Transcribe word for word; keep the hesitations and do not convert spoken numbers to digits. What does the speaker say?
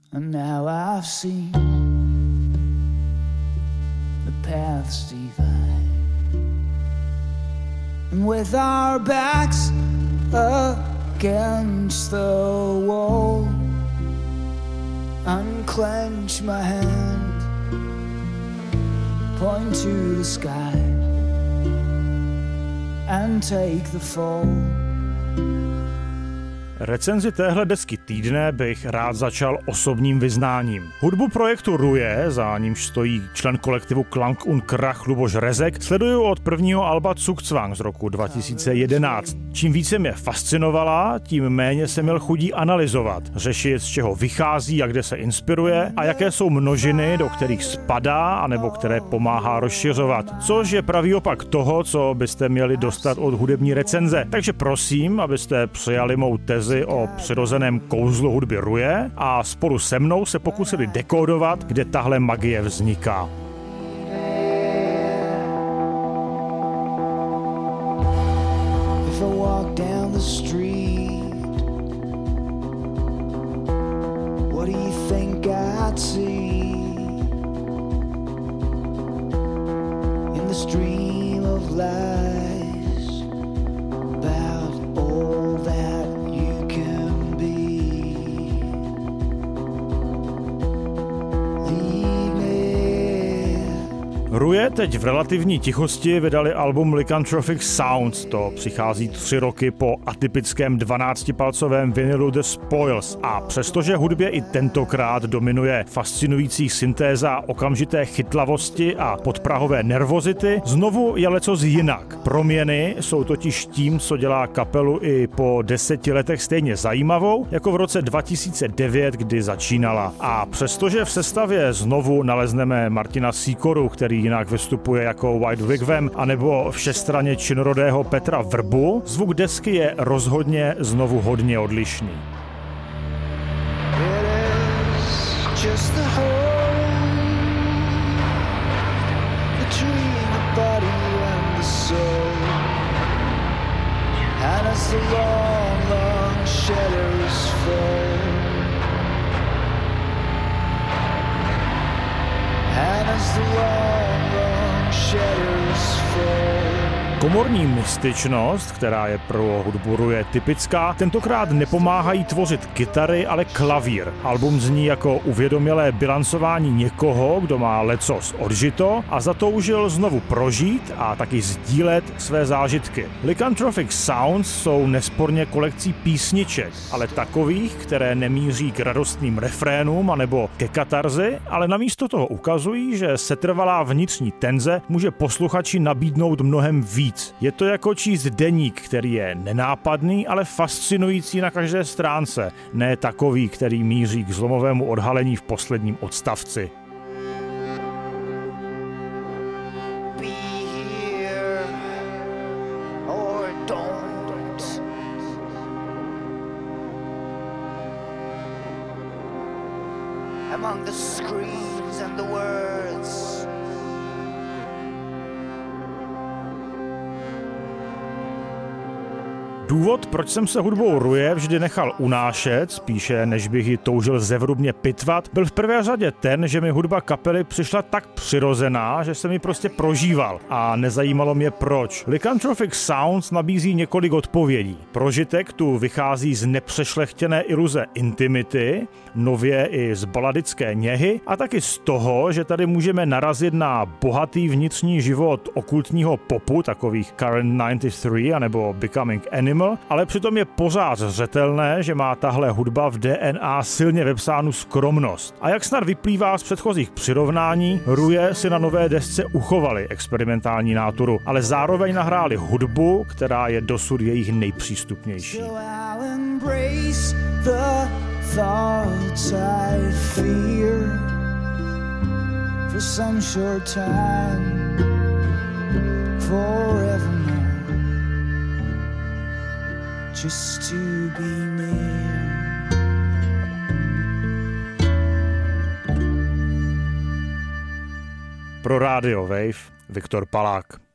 And now I've seen the paths divide, and with our backs against the wall, unclench my hand, point to the sky and take the fall. Recenzi téhle desky týdne bych rád začal osobním vyznáním. Hudbu projektu Ruje, za nímž stojí člen kolektivu Klang und Krach Luboš Rezek, sleduju od prvního alba Zugzwang z roku dva tisíce jedenáct. Čím více mě fascinovala, tím méně jsem měl chudí analyzovat, řešit, z čeho vychází a kde se inspiruje a jaké jsou množiny, do kterých spadá anebo které pomáhá rozšiřovat. Což je pravý opak toho, co byste měli dostat od hudební recenze. Takže prosím, abyste přijali mou tezi o přirozeném kouzlu hudby Ruje a spolu se mnou se pokusili dekódovat, kde tahle magie vzniká. If I walk down the street, what do you think I'd see? In the stream of lies about all that you can be. Leave me. Ruje teď v relativní tichosti vydali album Lycanthropic Sounds. To přichází tři roky po atypickém dvanáctipalcovém vinilu The Spoils. A přestože hudbě i tentokrát dominuje fascinující syntéza okamžité chytlavosti a podprahové nervozity, znovu je lecos jinak. Proměny jsou totiž tím, co dělá kapelu i po deseti letech stejně zajímavou, jako v roce dva tisíce devět, kdy začínala. A přestože v sestavě znovu nalezneme Martina Sýkoru, který jinak vystupuje jako White Wigwam, anebo všestranně činorodého Petra Vrbu, zvuk desky je rozhodně znovu hodně odlišný. Komorní mystičnost, která je pro hudbu Ruje typická, tentokrát nepomáhají tvořit kytary, ale klavír. Album zní jako uvědomělé bilancování někoho, kdo má lecos odžito a zatoužil znovu prožít a taky sdílet své zážitky. Lycanthropic Sounds jsou nesporně kolekcí písniček, ale takových, které nemíří k radostným refrénům anebo ke katarzi, ale namísto toho ukazují, že setrvalá vnitřní tenze může posluchači nabídnout mnohem víc. Je to jako číst deník, který je nenápadný, ale fascinující na každé stránce, ne takový, který míří k zlomovému odhalení v posledním odstavci. Among the screams and the words, Důvod, proč jsem se hudbou Ruje vždy nechal unášet, spíše než bych ji toužil zevrubně pitvat, byl v prvé řadě ten, že mi hudba kapely přišla tak přirozená, že jsem ji prostě prožíval a nezajímalo mě proč. Lycanthropic Sounds nabízí několik odpovědí. Prožitek tu vychází z nepřešlechtěné iluze intimity, nově i z baladické něhy a taky z toho, že tady můžeme narazit na bohatý vnitřní život okultního popu, takových Current devadesát tři anebo Becoming Animal, ale přitom je pořád zřetelné, že má tahle hudba v D N A silně vepsánu skromnost. A jak snad vyplývá z předchozích přirovnání, Ruje si na nové desce uchovali experimentální náturu, ale zároveň nahráli hudbu, která je dosud jejich nejpřístupnější. Just to be near. Pro Radio Wave Viktor Palák.